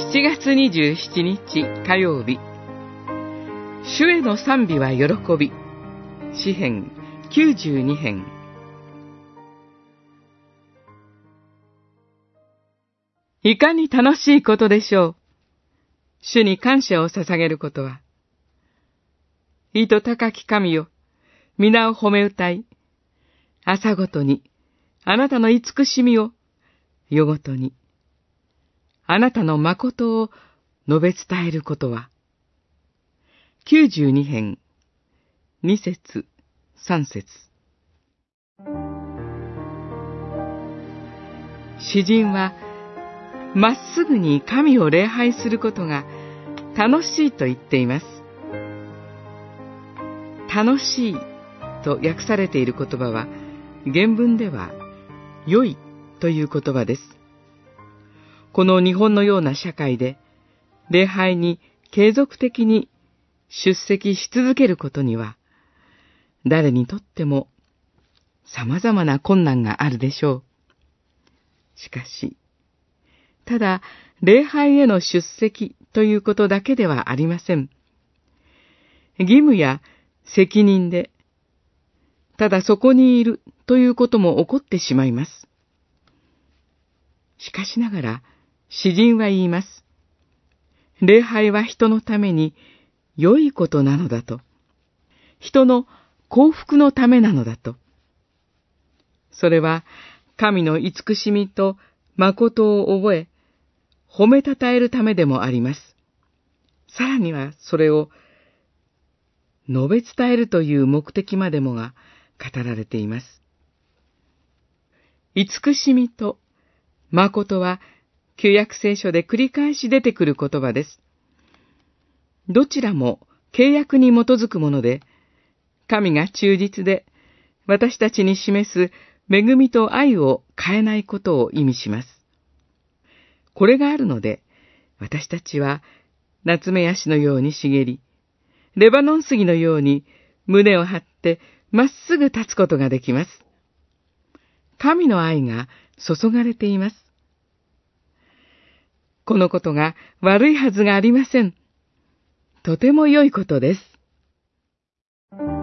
7月27日火曜日、主への賛美は喜び。詩編92編。いかに楽しいことでしょう。主に感謝を捧げることは。意図高き神よ、皆を褒め歌い、朝ごとにあなたの慈しみを、夜ごとにあなたの誠を述べ伝えることは。92編、2節、3節。詩人は、まっすぐに神を礼拝することが楽しいと言っています。楽しいと訳されている言葉は、原文では、良いという言葉です。この日本のような社会で、礼拝に継続的に出席し続けることには、誰にとっても様々な困難があるでしょう。しかし、ただ礼拝への出席ということだけではありません。義務や責任で、ただそこにいるということも起こってしまいます。しかしながら、詩人は言います。礼拝は人のために良いことなのだと。人の幸福のためなのだと。それは神の慈しみと誠を覚え、褒めたたえるためでもあります。さらにはそれを述べ伝えるという目的までもが語られています。慈しみと誠は旧約聖書で繰り返し出てくる言葉です。どちらも契約に基づくもので、神が忠実で私たちに示す恵みと愛を変えないことを意味します。これがあるので、私たちは夏目ヤシのように茂り、レバノン杉のように胸を張ってまっすぐ立つことができます。神の愛が注がれています。このことが悪いはずがありません。とても良いことです。